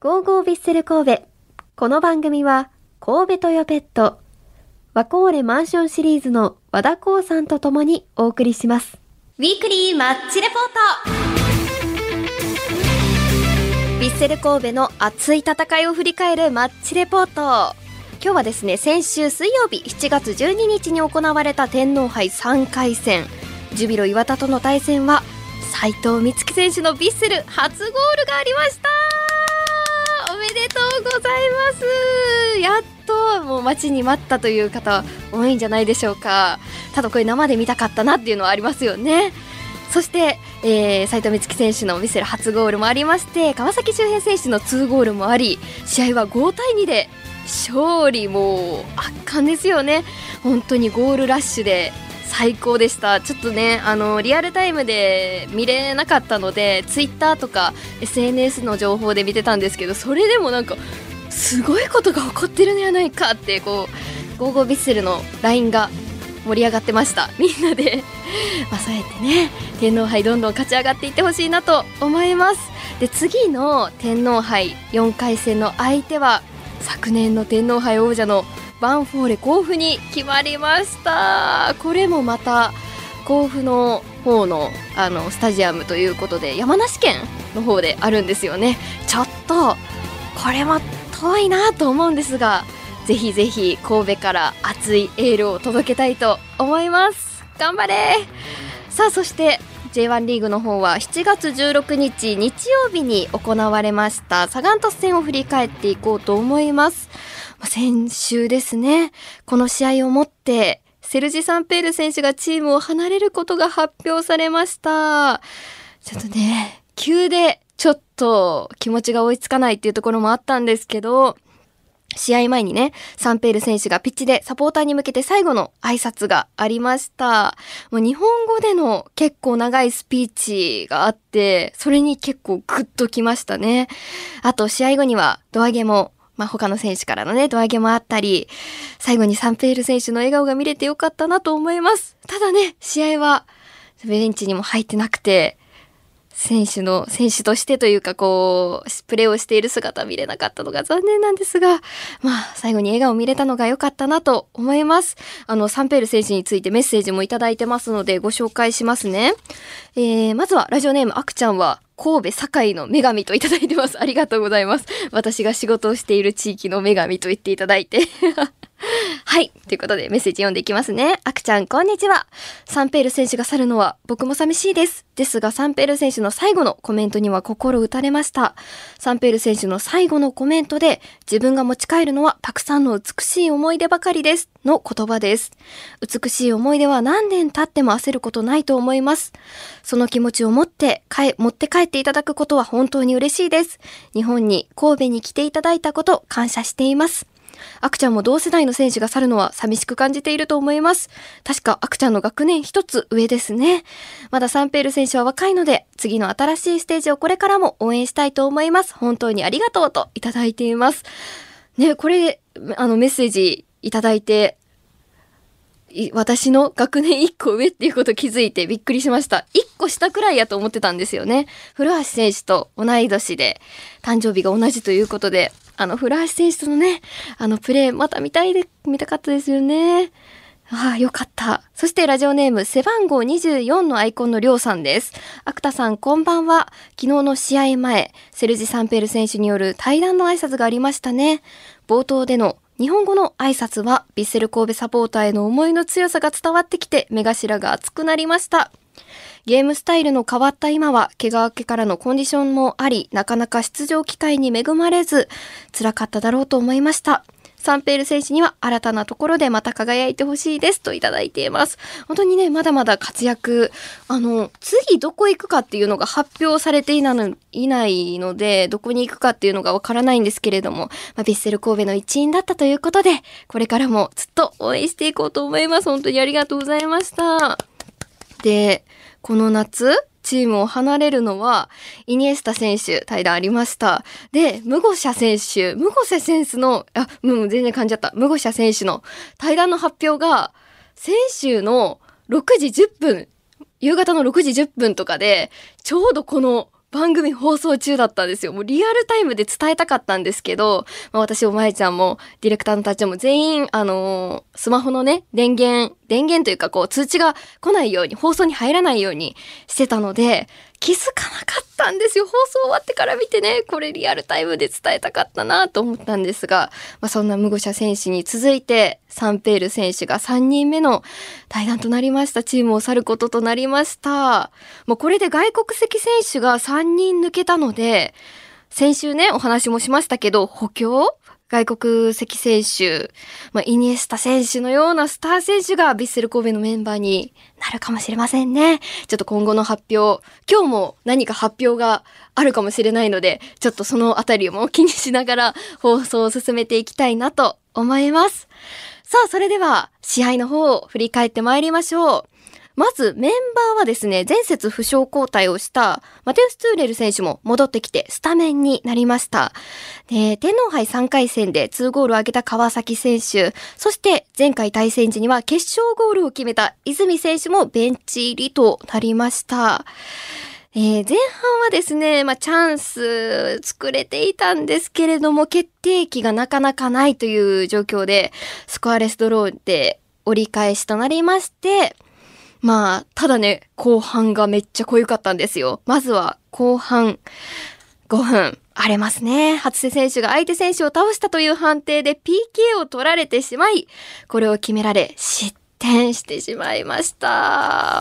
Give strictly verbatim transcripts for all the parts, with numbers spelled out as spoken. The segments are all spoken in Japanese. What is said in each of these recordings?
ゴーゴービッセル神戸。この番組は神戸トヨペット、ワコーレマンションシリーズの和田光さんと共にお送りします。 ウィークリーマッチレポート。ビッセル神戸の熱い戦いを振り返るマッチレポート。今日はですね、先週水曜日しちがつじゅうににちに行われた天皇杯さんかい戦、ジュビロ磐田との対戦は斉藤美月選手のヴィッセル初ゴールがありました。おめでとうございます。やっともう待ちに待ったという方多いんじゃないでしょうか。ただこれ生で見たかったなっていうのはありますよね。そして、えー、斉藤美月選手のヴィッセル初ゴールもありまして、川崎修平選手のにゴールもあり、試合はごたいにで勝利。もう圧巻ですよね。本当にゴールラッシュで最高でした。ちょっとね、あのリアルタイムで見れなかったのでツイッターとか エスエヌエス の情報で見てたんですけど、それでもなんかすごいことが起こってるのではないかって、こうゴーゴービッセルの ライン が盛り上がってました。みんなでまあそうやってね、天皇杯どんどん勝ち上がっていってほしいなと思います。で、次の天皇杯よんかい戦の相手は昨年の天皇杯王者のヴァンフォーレ甲府に決まりました。これもまた甲府の方の、あのスタジアムということで山梨県の方であるんですよね。ちょっとこれも遠いなと思うんですが、ぜひぜひ神戸から熱いエールを届けたいと思います。頑張れ。さあ、そして ジェイワン リーグの方はしちがつじゅうろくにち日曜日に行われましたサガン鳥栖戦を振り返っていこうと思います。先週ですね、この試合をもってセルジ・サンペール選手がチームを離れることが発表されました。ちょっとね、急でちょっと気持ちが追いつかないっていうところもあったんですけど、試合前にね、サンペール選手がピッチでサポーターに向けて最後の挨拶がありました。もう日本語での結構長いスピーチがあって、それに結構グッときましたね。あと試合後には胴上げも、まあ、他の選手からのね、胴上げもあったり、最後にサンペール選手の笑顔が見れてよかったなと思います。ただね、試合はベンチにも入ってなくて、選手の、選手としてというか、こう、プレーをしている姿見れなかったのが残念なんですが、まあ、最後に笑顔見れたのが良かったなと思います。あの、サンペール選手についてメッセージもいただいてますので、ご紹介しますね。えー、まずは、ラジオネーム、あくちゃんは、神戸堺の女神といただいてます。ありがとうございます。私が仕事をしている地域の女神と言っていただいて。はい。ということでメッセージ読んでいきますね。あくちゃん、こんにちは。サンペール選手が去るのは僕も寂しいです。ですが、サンペール選手の最後のコメントには心打たれました。サンペール選手の最後のコメントで、自分が持ち帰るのはたくさんの美しい思い出ばかりです。の言葉です。美しい思い出は何年経っても焦ることないと思います。その気持ちを持って、かえ、持って帰っていただくことは本当に嬉しいです。日本に、神戸に来ていただいたこと、感謝しています。あくちゃんも同世代の選手が去るのは寂しく感じていると思います。確かあくちゃんの学年一つ上ですね。まだサンペール選手は若いので、次の新しいステージをこれからも応援したいと思います。本当にありがとうといただいています。ね、これ、あのメッセージいただいて、私の学年いっこ上っていうこと気づいてびっくりしました。いっこ下くらいやと思ってたんですよね。古橋選手と同い年で、誕生日が同じということで、あの古橋選手とのね、あのプレーまた見たいで、見たかったですよね。ああ、よかった。そしてラジオネーム背番号にじゅうよんのアイコンのりょうさんです。アクタさん、こんばんは。昨日の試合前、セルジ・サンペール選手による対談の挨拶がありましたね。冒頭での日本語の挨拶はヴィッセル神戸サポーターへの思いの強さが伝わってきて目頭が熱くなりました。ゲームスタイルの変わった今は怪我明けからのコンディションもあり、なかなか出場機会に恵まれず辛かっただろうと思いました。サンペール選手には新たなところでまた輝いてほしいですといただいています。本当にね、まだまだ活躍、あの次どこ行くかっていうのが発表されていないの、いないので、どこに行くかっていうのがわからないんですけれども、まあ、ヴィッセル神戸の一員だったということで、これからもずっと応援していこうと思います。本当にありがとうございました。で、この夏チームを離れるのはイニエスタ選手対談ありました。で、ムゴシャ選手、ムゴシャ選手の、あ、もう全然感じちゃった。ムゴシャ選手の対談の発表が先週のろくじじゅっぷん、夕方のろくじじゅっぷんとかで、ちょうどこの番組放送中だったんですよ。もうリアルタイムで伝えたかったんですけど、まあ、私おまえちゃんもディレクターのたちも全員あのー、スマホのね電源電源というかこう通知が来ないように放送に入らないようにしてたので気づかなかったんですよ。放送終わってから見てね、これリアルタイムで伝えたかったなと思ったんですが、まあ、そんなムゴシャ選手に続いてサンペール選手がさんにんめの退団となりました。チームを去ることとなりました。もうこれで外国籍選手がさんにん抜けたので、先週ねお話もしましたけど補強外国籍選手、まあ、イニエスタ選手のようなスター選手がヴィッセル神戸のメンバーになるかもしれませんね。ちょっと今後の発表、今日も何か発表があるかもしれないので、ちょっとそのあたりも気にしながら放送を進めていきたいなと思います。さあ、それでは試合の方を振り返ってまいりましょう。まずメンバーはですね、前節負傷交代をしたマテウス・トゥーレル選手も戻ってきてスタメンになりました。で、天皇杯さんかい戦でにゴールを挙げた川崎選手、そして前回対戦時には決勝ゴールを決めた泉選手もベンチ入りとなりました。えー、前半はですね、まあ、チャンス作れていたんですけれども、決定機がなかなかないという状況で、スコアレスドローで折り返しとなりまして、まあ、ただね、後半がめっちゃ濃ゆかったんですよ。まずは後半ごふん荒れますね。初瀬選手が相手選手を倒したという判定で ピーケー を取られてしまい、これを決められ失点してしまいました。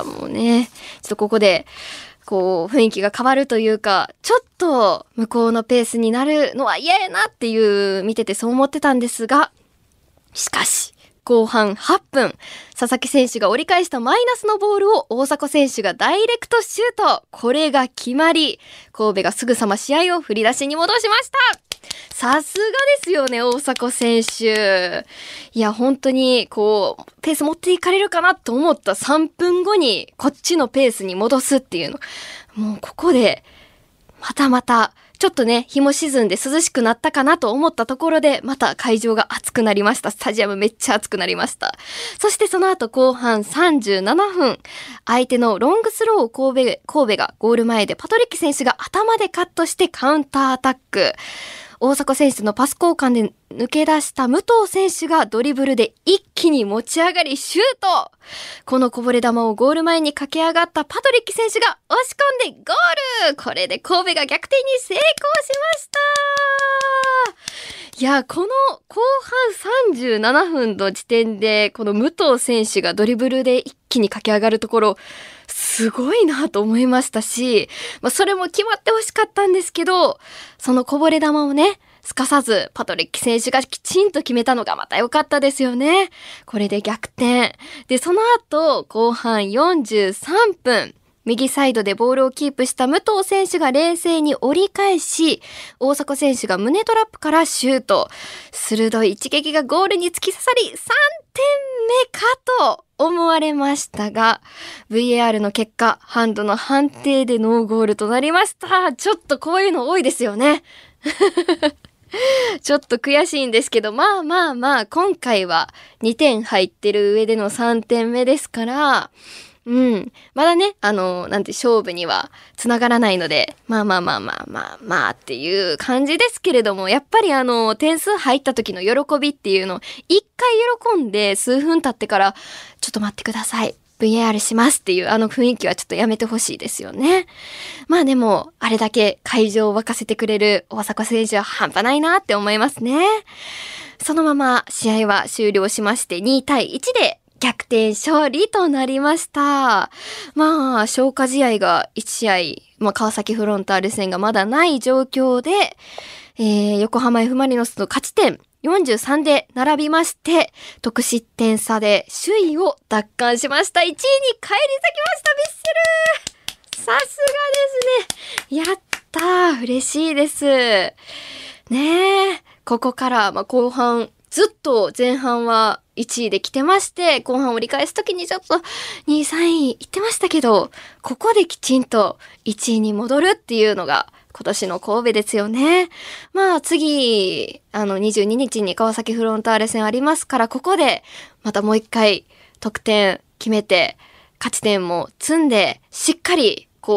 もうね、ちょっとここでこう雰囲気が変わるというか、ちょっと向こうのペースになるのは嫌やなっていう見ててそう思ってたんですが、しかし後半はっぷん、佐々木選手が折り返したマイナスのボールを大迫選手がダイレクトシュート。これが決まり、神戸がすぐさま試合を振り出しに戻しました。さすがですよね、大迫選手。いや、本当にこうペース持っていかれるかなと思ったさんぷんごにこっちのペースに戻すっていうの、もうここでまたまたちょっとね、日も沈んで涼しくなったかなと思ったところで、また会場が熱くなりました。スタジアムめっちゃ熱くなりました。そしてその後後半さんじゅうななふん、相手のロングスローを神戸、神戸がゴール前でパトリッキ選手が頭でカットしてカウンターアタック。大迫選手のパス交換で抜け出した武藤選手がドリブルで一気に持ち上がりシュート。このこぼれ球をゴール前に駆け上がったパトリッキ選手が押し込んでゴール。これで神戸が逆転に成功しました。いや、この後半さんじゅうななふんの時点でこの武藤選手がドリブルで一気に駆け上がるところすごいなと思いましたし、まあ、それも決まってほしかったんですけど、そのこぼれ球をね、すかさずパトリッキ選手がきちんと決めたのがまた良かったですよね。これで逆転。で、その後後半よんじゅうさんぷん、右サイドでボールをキープした武藤選手が冷静に折り返し、大迫選手が胸トラップからシュート。鋭い一撃がゴールに突き刺さりさんてんめかと思われましたが、 ブイエーアール の結果、ハンドの判定でノーゴールとなりました。ちょっとこういうの多いですよね。ちょっと悔しいんですけど、まあまあまあ、今回はにてん入ってる上でのさんてんめですから、うん。まだね、あの、なんて勝負には繋がらないので、まあまあまあまあまあまあっていう感じですけれども、やっぱりあの、点数入った時の喜びっていうのを、一回喜んで数分経ってから、ちょっと待ってください。ブイエーアール しますっていうあの雰囲気はちょっとやめてほしいですよね。まあでも、あれだけ会場を沸かせてくれる大迫選手は半端ないなって思いますね。そのまま試合は終了しましてにたいいちで、逆転勝利となりました。まあ、消化試合がいち試合、まあ、川崎フロンターレ戦がまだない状況で、えー、横浜 F マリノスの勝ち点よんじゅうさんで並びまして、得失点差で首位を奪還しました。いちいに返り咲きました、ヴィッセル。さすがですね。やったー。嬉しいです。ねえ。ここから、まあ、後半、ずっと前半はいちいで来てまして、後半折り返すときにちょっとにい、さんい行ってましたけど、ここできちんといちいに戻るっていうのが今年の神戸ですよね。まあ次、あのにじゅうににちに川崎フロンターレ戦ありますから、ここでまたもう一回得点決めて、勝ち点も積んで、しっかりこう、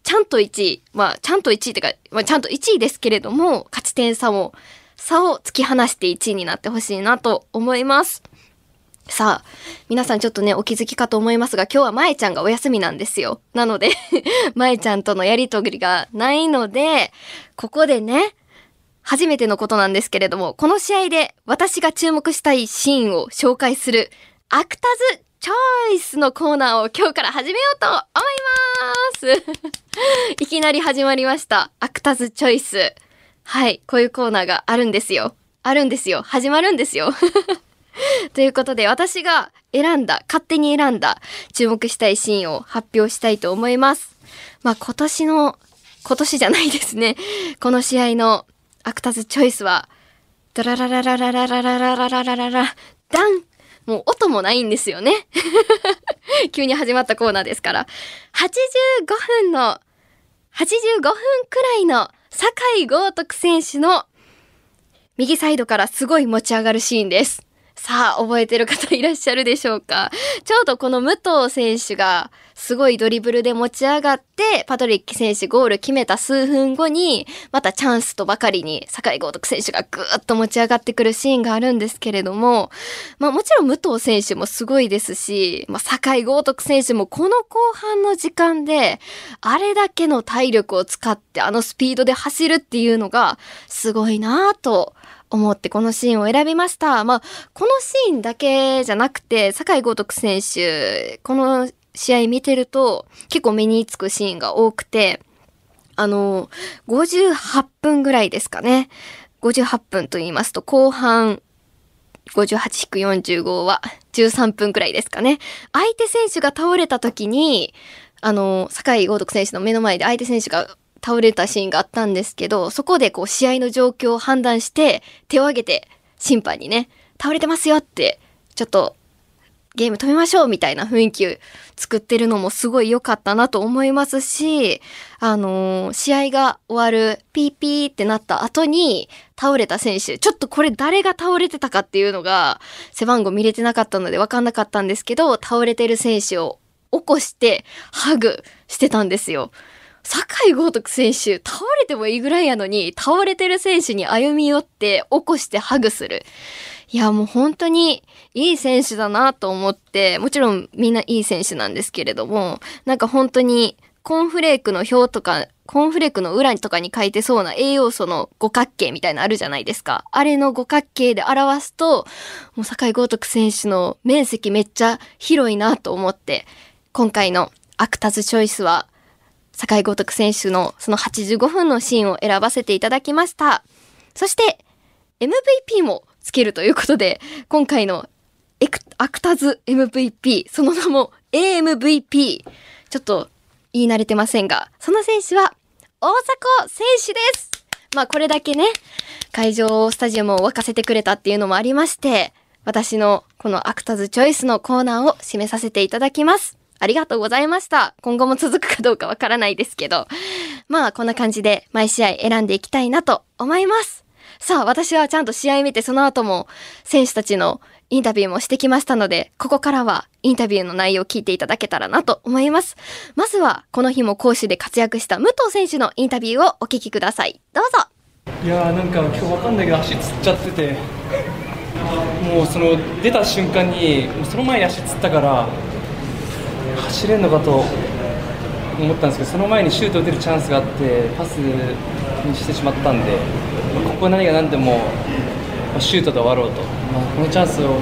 ちゃんといちい、まあちゃんといちいってか、まあちゃんといちいですけれども、勝ち点差を、差を突き放していちいになってほしいなと思います。さあ、皆さんちょっとね、お気づきかと思いますが、今日はまえちゃんがお休みなんですよ。なので、まえちゃんとのやりとりがないので、ここでね、初めてのことなんですけれども、この試合で私が注目したいシーンを紹介する、アクタズチョイスのコーナーを今日から始めようと思いますいきなり始まりました。アクタズチョイス。はい、こういうコーナーがあるんですよ。あるんですよ。始まるんですよ。ということで、私が選んだ、勝手に選んだ注目したいシーンを発表したいと思います。まあ今年の、今年じゃないですね。この試合のアクタズチョイスは、ダララララララララララララララ、ダン！もう音もないんですよね。急に始まったコーナーですから。はちじゅうごふんの、はちじゅうごふんくらいの酒井豪徳選手の右サイドからすごい持ち上がるシーンです。さあ、覚えてる方いらっしゃるでしょうか。ちょうどこの武藤選手がすごいドリブルで持ち上がって、パトリック選手ゴール決めた数分後に、またチャンスとばかりに酒井豪徳選手がぐーっと持ち上がってくるシーンがあるんですけれども、まあもちろん武藤選手もすごいですし、まあ酒井豪徳選手もこの後半の時間で、あれだけの体力を使ってあのスピードで走るっていうのがすごいなぁと、思ってこのシーンを選びました。まあ、このシーンだけじゃなくて、酒井豪徳選手、この試合見てると結構目につくシーンが多くて、あの、ごじゅうはっぷんぐらいですかね。ごじゅうはっぷんと言いますと、後半、ごじゅうはち よんじゅうごはじゅうさんぷんくらいですかね。相手選手が倒れた時に、あの、酒井豪徳選手の目の前で相手選手が倒れたシーンがあったんですけど、そこでこう試合の状況を判断して手を挙げて審判にね、倒れてますよってちょっとゲーム止めましょうみたいな雰囲気作ってるのもすごい良かったなと思いますし、あのー、試合が終わるピーピーってなった後に倒れた選手、ちょっとこれ誰が倒れてたかっていうのが背番号見れてなかったので分かんなかったんですけど、倒れてる選手を起こしてハグしてたんですよ。酒井豪徳選手、倒れてもいいぐらいやのに、倒れてる選手に歩み寄って起こしてハグする。いや、もう本当にいい選手だなと思って、もちろんみんないい選手なんですけれども、なんか本当にコーンフレークの表とか、コーンフレークの裏とかに書いてそうな栄養素の五角形みたいなのあるじゃないですか。あれの五角形で表すと、もう酒井豪徳選手の面積めっちゃ広いなと思って、今回のアクタズチョイスは、酒井豪徳選手のそのはちじゅうごふんのシーンを選ばせていただきました。そして エムブイピー もつけるということで、今回のアクタズ エムブイピー、その名も エーエムブイピー、ちょっと言い慣れてませんが、その選手は大迫選手です。まあこれだけね、会場スタジアムを沸かせてくれたっていうのもありまして、私のこのアクタズチョイスのコーナーを締めさせていただきます。ありがとうございました。今後も続くかどうかわからないですけど。まあこんな感じで毎試合選んでいきたいなと思います。さあ私はちゃんと試合見てその後も選手たちのインタビューもしてきましたので、ここからはインタビューの内容を聞いていただけたらなと思います。まずはこの日も攻守で活躍した武藤選手のインタビューをお聞きください。どうぞ。 いやーなんか今日わかんないけど足つっちゃってて、もうその出た瞬間にその前に足つったから走れるのかと思ったんですけど、その前にシュート打てるチャンスがあってパスにしてしまったんで、ここは何が何でもシュートで終わろうと、まあ、このチャンスを、うん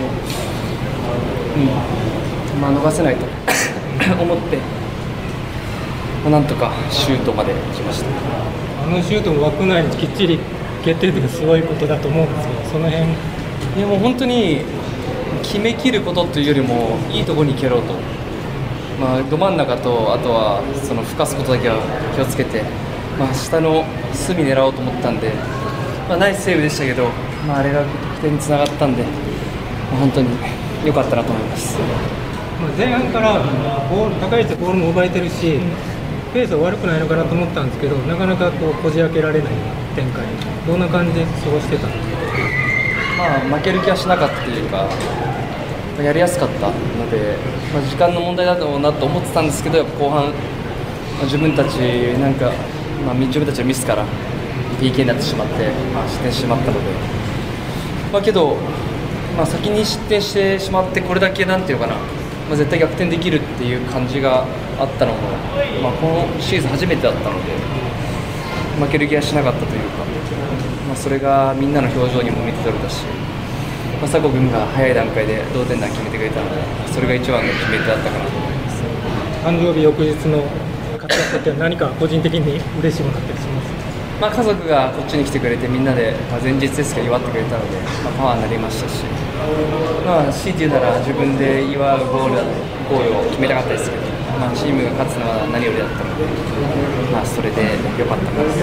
まあ、逃せないと思って、まあ、なんとかシュートまで来ました。 あのシュートも枠内にきっちり決定的すごいことだと思うんですけど、その辺いやもう本当に決めきることというよりもいいところに蹴ろうと、まあ、ど真ん中とあとはそのふかすことだけは気をつけて、まあ、下の隅狙おうと思ったんで、まあ、ナイスセーブでしたけど、まあ、あれが得点につながったんで、まあ、本当に良かったなと思います。 前半からボール高い位置でボールも奪えてるし、ペースは悪くないのかなと思ったんですけど、なかなかこうこじ開けられない展開、どんな感じで過ごしてたんですか？ まあ、負ける気はしなかったというか、やりやすかったので、まあ、時間の問題だろうなと思ってたんですけど、やっぱ後半まあ、自分たちなんか、まあ、自分たちのミスから ピーケー になってしまって、まあ、失点してしまったので、まあ、けど、まあ、先に失点してしまってこれだけなんていうかな、まあ、絶対逆転できるっていう感じがあったのも、まあ、このシーズン初めてだったので負ける気がしなかったというか、まあ、それがみんなの表情にも見て取れたし、まあ、佐古君が早い段階で同点弾決めてくれたので、それが一番の決め手だったかなと思います。 誕生日翌日の活躍って何か個人的に嬉しいものだったりします？ まあ、家族がこっちに来てくれてみんなで、まあ、前日ですけど祝ってくれたので、まあ、パワーになりましたし、まあ、強いて言うなら自分で祝うゴールゴールを決めたかったですけど、まあ、チームが勝つのは何よりだったので、まあ、それで良かったなと思います。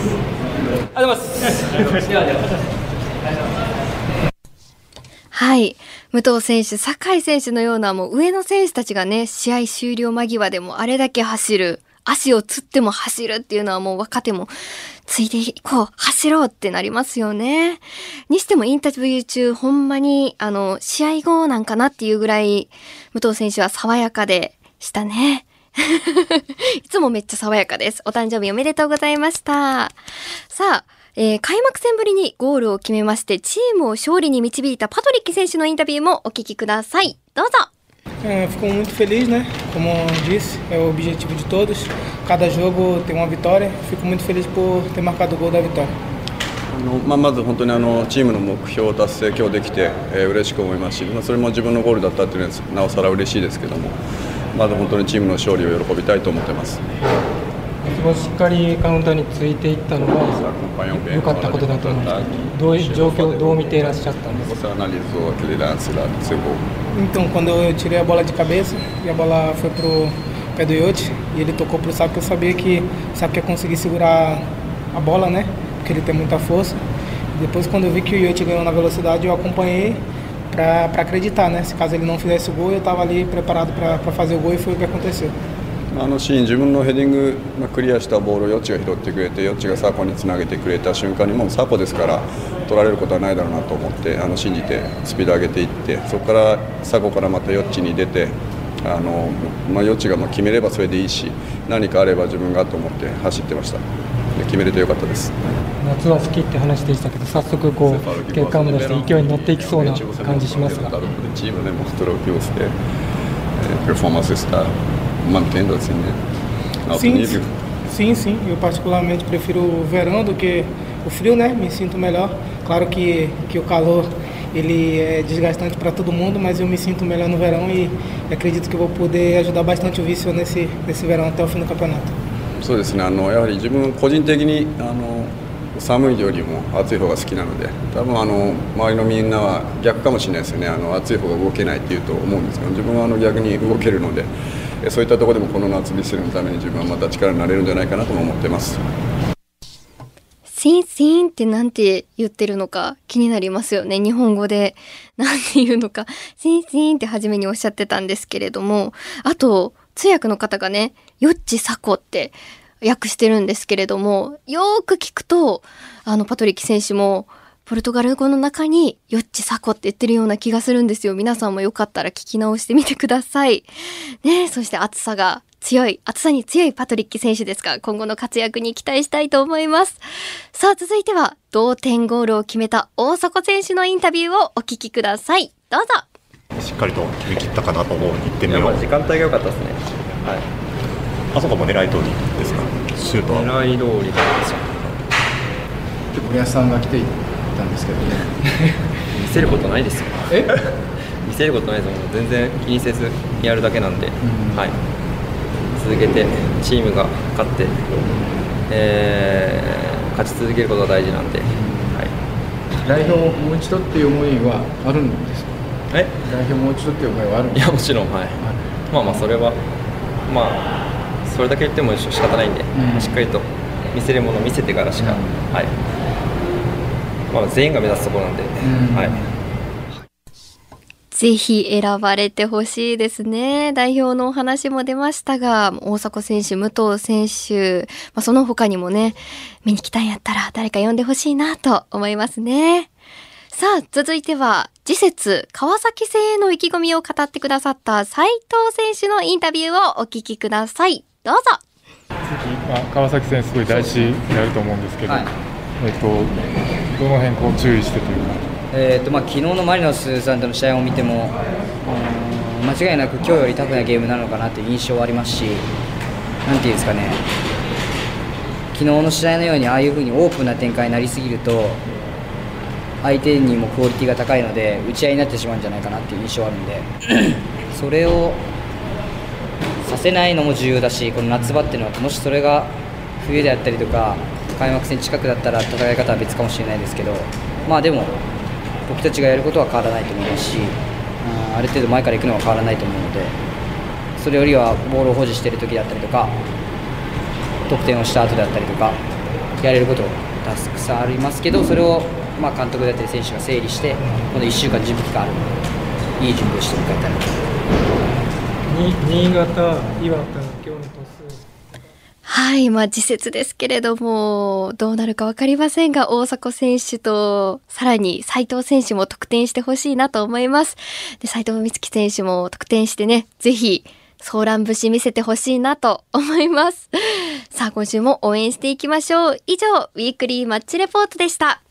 ありがとうございます。ではでははい。武藤選手、酒井選手のようなもう上の選手たちがね、試合終了間際でもあれだけ走る。足をつっても走るっていうのはもう若手もついていこう、走ろうってなりますよね。にしてもインタビュー中ほんまにあの試合後なんかなっていうぐらい武藤選手は爽やかでしたね。いつもめっちゃ爽やかです。お誕生日おめでとうございました。さあ、えー、開幕戦ぶりにゴールを決めましてチームを勝利に導いたパトリッキ選手のインタビューもお聞きください。どうぞ。 É, fico muito feliz, né? Como disse, é o objetivo de todos. Cada jogo tem uma vitória. Fico muito feliz por ter marcado o gol da vitória. あのまあ、まず本当にあのチームの目標を達成今日できて、えー、嬉しく思いますし、まあ、それも自分のゴールだったというのはなおさら嬉しいですけども、まず本当にチームの勝利を喜びたいと思っています。 しっかりカウンターについていったのは良かったことだと思うんですけど、どういう状況をどう見ていらっしゃったんですか？ Então, quando eu tirei a bola de cabeça e a bola foi pro pé do Yote e ele tocou pro Saco, eu sabia que o Saco ia conseguir segurar a bola, né? Porque ele tem muita força. Depois, quando eu vi que o Yote ganhou na velocidade, eu acompanhei para acreditar, né? Se caso ele não fizesse o gol, eu estava ali preparado para fazer o gol e foi o que aconteceu. あのシーン、自分のヘディング、まあ、クリアしたボールをヨッチが拾ってくれて、ヨッチがサコにつなげてくれた瞬間にもうサコですから取られることはないだろうなと思ってあの信じてスピード上げていって、そこからサコからまたヨッチに出て、あの、まあ、ヨッチがまあ決めればそれでいいし、何かあれば自分がと思って走ってました。で決めれてよかったです。 夏は好きって話でしたけど、早速こう結果も出して勢いに乗っていきそうな感じしますが。 チームでもストロークをして、performance está mantendo assim, né? Alto sim, nível. Sim, sim. Eu particularmente prefiro o verão do que o frio, né? Me sinto melhor. Claro que, que o calor ele é desgastante para todo mundo, mas eu me sinto melhor no verão e acredito que vou poder ajudar bastante o Vício nesse, nesse verão até o fim do campeonato. そうですね。あのやはり自分個人的にあの寒いよりも暑い方が好きなので、多分あの周りのみんなは逆かもしれないですよね。あの暑い方が動けないっていうと思うんですけど、自分はあの逆に動けるので。そういったところでもこの夏ビスルのために自分はまた力になれるんじゃないかなとも思ってます。 シンシンってなんて言ってるのか気になりますよね。日本語でなんて言うのか、シンシンって初めにおっしゃってたんですけれども、あと通訳の方がね、ヨッチサコって訳してるんですけれども、よーく聞くとあのパトリッキ選手もポルトガル語の中にヨッチサコって言ってるような気がするんですよ。皆さんもよかったら聞き直してみてください。ね、そして暑さが強い、暑さに強いパトリッキ選手ですが、今後の活躍に期待したいと思います。さあ、続いては同点ゴールを決めた大迫選手のインタビューをお聞きください。どうぞ。 しっかりと決め切ったかなと思ういってんめを。 時間帯が良かったですね。はい。 あそこも狙い通りですか？シュートは。 狙い通りですよ。 森保さんが来ていたんですけどね。 見せることないですよ。 え？ 見せることないですもん。全然気にせずやるだけなんで、うん、はい。続けてチームが勝って、えー、勝ち続けることが大事なんで、はい。 代表もう一度っていう思いはあるんですか？ え？ 代表もう一度っていう思いはあるんですか？ いやもちろん、はい。まあまあそれはまあそれだけ言っても仕方ないんで、うん、しっかりと見せるものを見せてからしか、うん、はい。まあ、全員が目指すところなんで、うん、はい、 ぜひ選ばれてほしいですね。代表のお話も出ましたが、大迫選手、武藤選手、まあ、その他にもね、見に来たんやったら誰か呼んでほしいなと思いますね。さあ、続いては次節川崎戦への意気込みを語ってくださった斉藤選手のインタビューをお聞きください。どうぞ。 次、まあ、川崎戦すごい大事になると思うんですけど、はい、えっと、どの辺こう注意してというか、 えーとまあ、昨日のマリノスさんとの試合を見ても、うん、間違いなく今日よりタフなゲームなのかなという印象はありますし、なんていうんですかね、昨日の試合のようにああいうふうにオープンな展開になりすぎると相手にもクオリティが高いので打ち合いになってしまうんじゃないかなっていう印象はあるんでそれをさせないのも重要だし、この夏場っていうのはもしそれが冬であったりとか開幕戦近くだったら戦い方は別かもしれないですけど、まあでも僕たちがやることは変わらないと思いますし、ある程度前から行くのは変わらないと思うので、それよりはボールを保持している時だったりとか得点をした後であったりとかやれることたくさんありますけど、それをまあ監督だったり選手が整理してこのいっしゅうかん準備期間あるのでいい準備をして迎えたいなと。 新潟、岩手の今日の鳥栖、 はい、まあ、次節ですけれどもどうなるか分かりませんが、大迫選手とさらに斉藤選手も得点してほしいなと思います。で、斉藤美月選手も得点してね、ぜひソーラン節見せてほしいなと思います。さあ、今週も応援していきましょう。以上、ウィークリーマッチレポートでした。